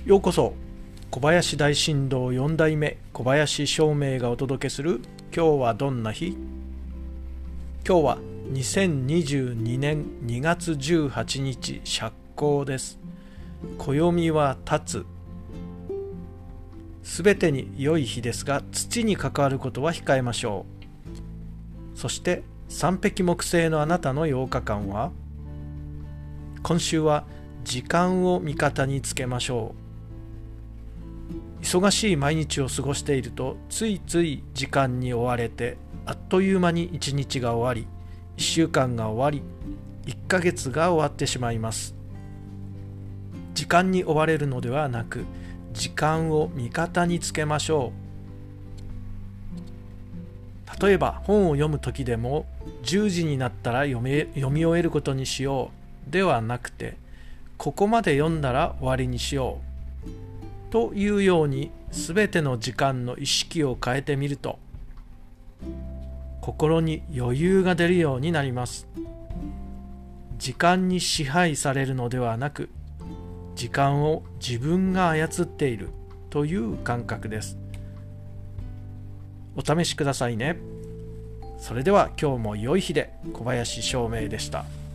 ようこそ。小林大震動4代目小林照明がお届けする今日はどんな日。今日は2022年2月18日釈光です。暦は立つ。すべてに良い日ですが、土に関わることは控えましょう。そして三匹木星のあなたの8日間は、今週は時間を味方につけましょう。忙しい毎日を過ごしていると、ついつい時間に追われて、あっという間に1日が終わり、1週間が終わり、1ヶ月が終わってしまいます。時間に追われるのではなく、時間を味方につけましょう。例えば本を読む時でも、10時になったら読み終えることにしようではなくて、ここまで読んだら終わりにしようというように、すべての時間の意識を変えてみると、心に余裕が出るようになります。時間に支配されるのではなく、時間を自分が操っているという感覚です。お試しくださいね。それでは今日も良い日で。小林照明でした。